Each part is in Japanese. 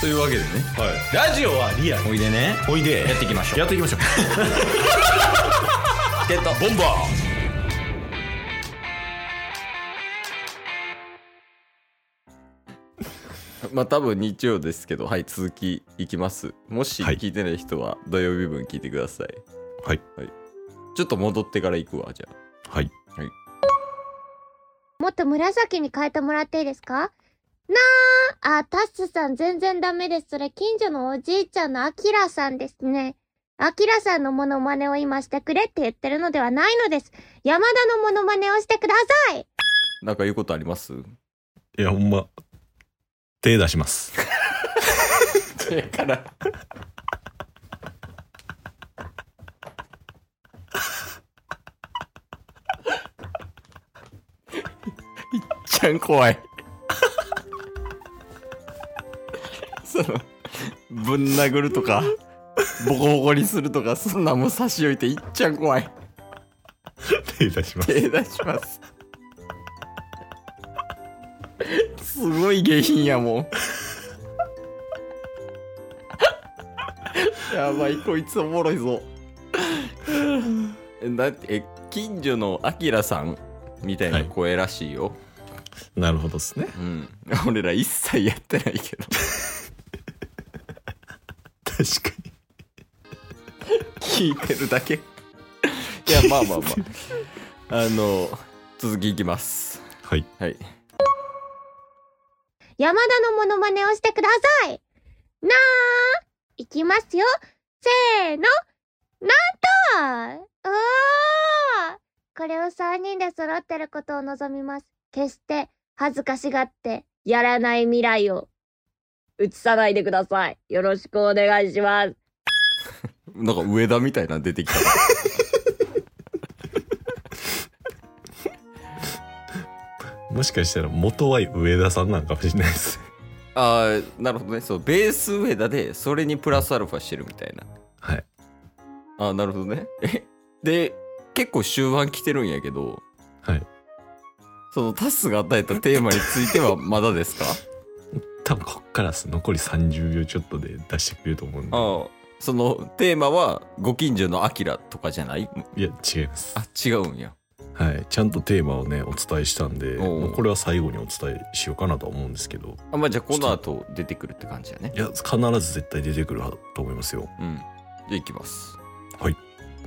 というわけでね、 はい、ラジオはリアル。 おいでね、 おいでやっていきましょう。 やっていきましょうゲットボンバー。 まあ多分日曜ですけど、はい、続きいきます。もし聞いてない人は土曜日分聞いてください。 はい、 はい、ちょっと戻ってから行くわ。じゃあ、 はいはい、 もっと紫に変えてもらっていいですかあ、タッスさん全然ダメです。それ近所のおじいちゃんのアキラさんですね。アキラさんのモノマネを今してくれって言ってるのではないのです。山田のモノマネをしてください。 なんか言うことあります？ いやほんま手出しますだからいっちゃん怖いそのぶん殴るとかボコボコにするとか、そんなもん差し置いていっちゃん怖い。 手出します。 手出します。すごい下品やもんやばい、こいつおもろいぞだって近所のアキラさんみたいな声らしいよ、 なるほどですね。 うん、俺ら一切やってないけど確かに聞いてるだけいやまあまあまあ続きいきます。 はいはい、 山田のモノマネをしてください。いきますよ。せーの。なんとこれを3人で揃ってることを望みます。決して恥ずかしがってやらない未来を映さないでください。よろしくお願いします。 なんか上田みたいなの出てきたもしかしたら元は上田さんなんかもしれないですああ、なるほどね。そう、ベース上田でそれにプラスアルファしてるみたいな。 はい。 ああ、なるほどね。で結構終盤来てるんやけど、 はい。 そのタスが与えたテーマについてはまだですか？ 多分こっから残り30秒ちょっとで出してくれると思うんで。 ああ、そのテーマはご近所のアキラとかじゃない？ いや違います。 あ、違うんや。 はい、ちゃんとテーマをねお伝えしたんで、 おうおう、 もうこれは最後にお伝えしようかなとは思うんですけど。 あ、まあじゃあこの後出てくるって感じやね。 いや必ず絶対出てくると思いますよ。 うん。じゃあいきます。 はい。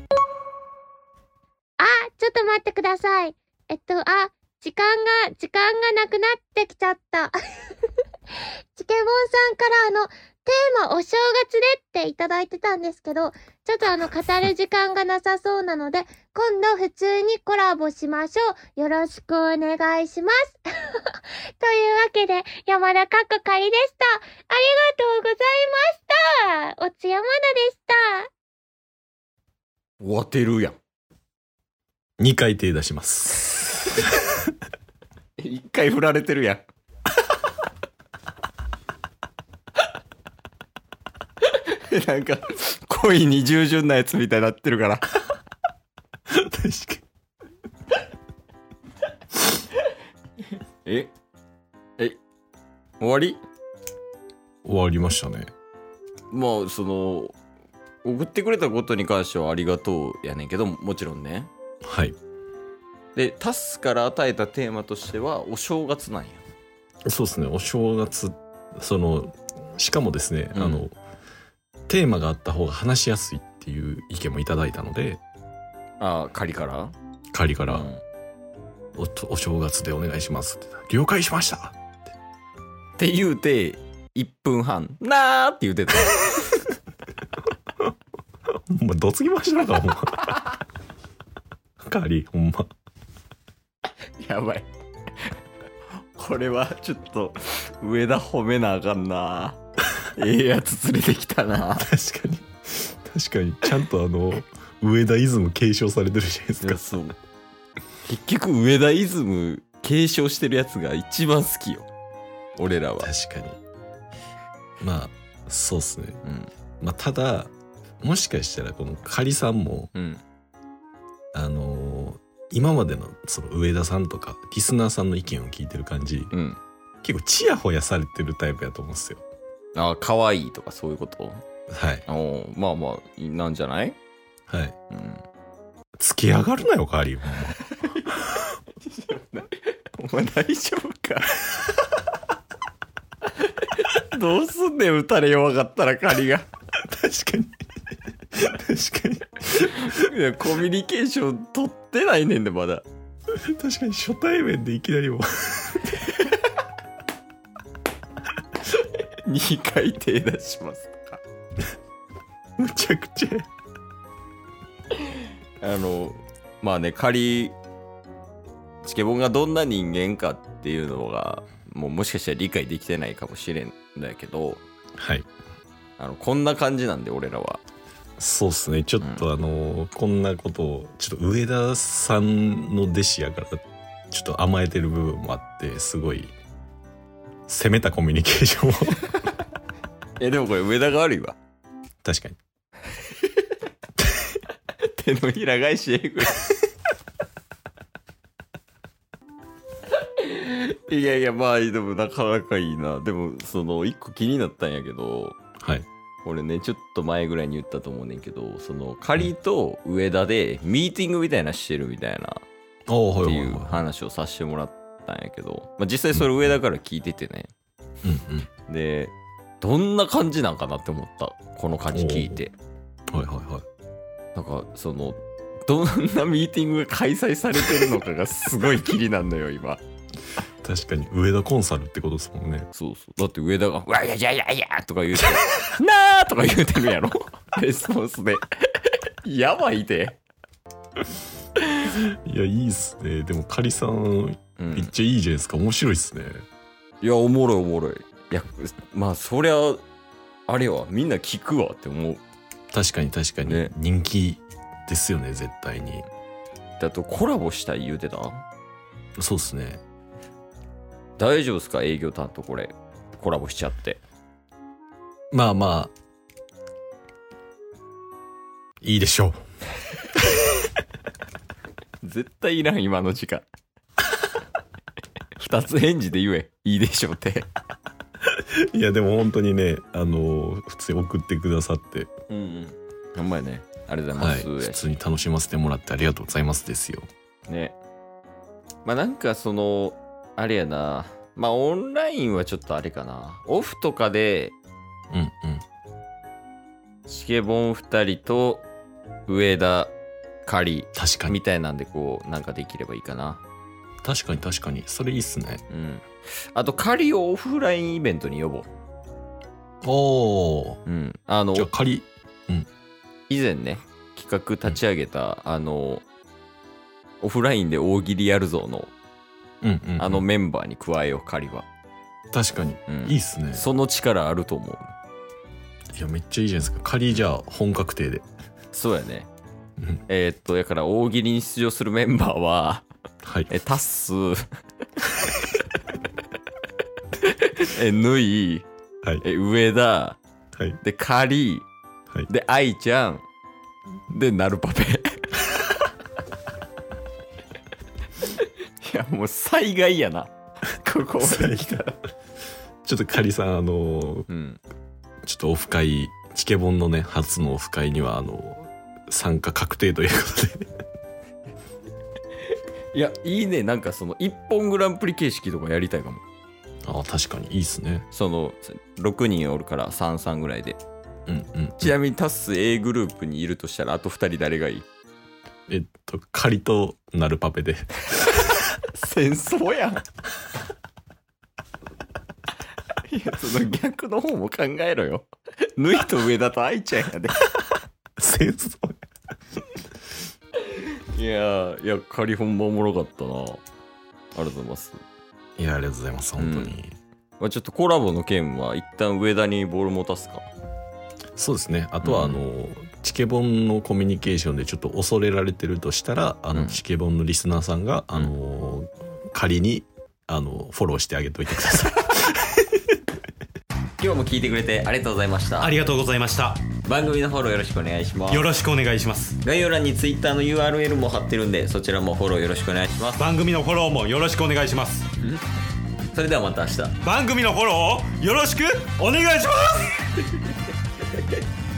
ちょっと待ってください。時間がなくなってきちゃった。チケボンさんからテーマお正月でっていただいてたんですけど、ちょっと語る時間がなさそうなので、今度普通にコラボしましょう。よろしくお願いします。というわけで、山田かっこかりでした。ありがとうございました。おつ山田でした。 終わってるやん。 2回手出します 1回振られてるやんなんか恋に従順なやつみたいになってるから確かに終わり？ 終わりましたね。 まあその送ってくれたことに関してはありがとうやねんけど、もちろんね。 はい。 でタスから与えたテーマとしてはお正月なんや。 そうですね、お正月。しかもですね、 うん、 テーマがあった方が話しやすいっていう意見もいただいたので、 仮からうん、お正月でお願いしますって了解しましたって言うて1分半なーって言うてたほんまどつきましたかほんま仮ほんまやばいこれはちょっと上田褒めなあかんなやつ連れてきたな確かにちゃんと上田イズム継承されてるじゃないですか。 そう結局上田イズム継承してるやつが一番好きよ俺らは。 確かにまあそうっすね、 うん、 まあただもしかしたらこのカリさんも、 うん、 今までのその上田さんとかリスナーさんの意見を聞いてる感じ、 うん、 結構チヤホヤされてるタイプやと思うんですよ。 あ、かわいいとかそういうこと？ はいおまあまあなんじゃない？ はい。 うん。 付き上がるなよカリー。 お前大丈夫か？どうすんねん、打たれ弱かったら仮が。 確かに確かに。 いやコミュニケーション取ってないねんでまだ。 確かに初対面でいきなりも 2回手出しますとか。 むちゃくちゃ。 まあね、仮チケボンがどんな人間かっていうのがもしかしたら理解できてないかもしれんだけど、 はい、 こんな感じなんで俺らは。 そうっすね。ちょっとこんなことをちょっと上田さんの弟子やからちょっと甘えてる部分もあってすごい攻めたコミュニケーションをでもこれ上田が悪いわ。 確かに手のひら返しえぐい。いやいやまあでもなかなかいいな。でもその一個気になったんやけど、 はい、 俺ねちょっと前ぐらいに言ったと思うねんけど、その仮と上田でミーティングみたいなしてるみたいなっていう話をさせてもらったんやけど、まあ、実際それ上田から聞いててね、 うんうん、 でどんな感じなんかなって思った。この感じ聞いて、 はいはいはい、 なんかそのどんなミーティングが開催されてるのかがすごい気になるのよ今。 確かに上田コンサルってことですもんね。 そうそう。だって上田が「うわいやいやいやいや」とか言うて「なー」とか言うてるやろレスポンスで。やばいで。 いやいいっすね。でもカリさんめっちゃいいじゃないですか。面白いっすね。 いやおもろいおもろい。いやまあそりゃあれはみんな聞くわって思う。 確かに確かに、ね、人気ですよね絶対に。 だとコラボしたい言うてた？ そうっすね。 大丈夫ですか営業担当これコラボしちゃって。 まあまあいいでしょう。 絶対いらん今の時間。2つ返事で言えいいでしょうって。 いやでも本当にね普通に送ってくださってほんまやねありがとうございます、 はい、普通に楽しませてもらってありがとうございますですよね。まあなんかそのあれやな、まあオンラインはちょっとあれかな、オフとかでチケボン2人と上田仮確かにみたいなんでこうなんかできればいいかな。 確かに確かにそれいいっすね。 あと仮をオフラインイベントに呼ぼう。 おー、じゃあ仮以前ね企画立ち上げた、オフラインで大喜利やるぞの、メンバーに加えよう仮は。 確かに、いいっすね。 その力あると思う。 いやめっちゃいいじゃないですか。仮じゃあ本格定で。 そうやね。だから大喜利に出場するメンバーは、 はい、 タッスぬい、 はい、 上田、 はい、 でカリ、はい、で愛ちゃんでナルパペ。いやもう災害やなここまで来たら。 ちょっとカリさんちょっとオフ会チケボンのね初のオフ会には参加確定ということで。 いやいいね。なんかその一本グランプリ形式とかやりたいかも。 あ確かにいいっすね。 その6人おるから3-3ぐらいで、ちなみにタス A グループにいるとしたらあと2人誰がいい？ カリとナルパペで。 戦争やん。いやその逆の方も考えろよ。ぬいと上田と愛ちゃんやで。 戦争いや仮本もおもろかったな。ありがとうございます。 いやありがとうございます本当に、 まあ、ちょっとコラボの件は一旦上田にボール持たすか。 そうですね。あとはチケボンのコミュニケーションでちょっと恐れられてるとしたらチケボンのリスナーさんが仮にフォローしてあげといてください。 今日も聞いてくれてありがとうございました。 ありがとうございました。 番組のフォローよろしくお願いします。 よろしくお願いします。 概要欄に Twitter の URL も貼ってるんでそちらもフォローよろしくお願いします。 番組のフォローもよろしくお願いします。 それではまた明日。 番組のフォローをよろしくお願いします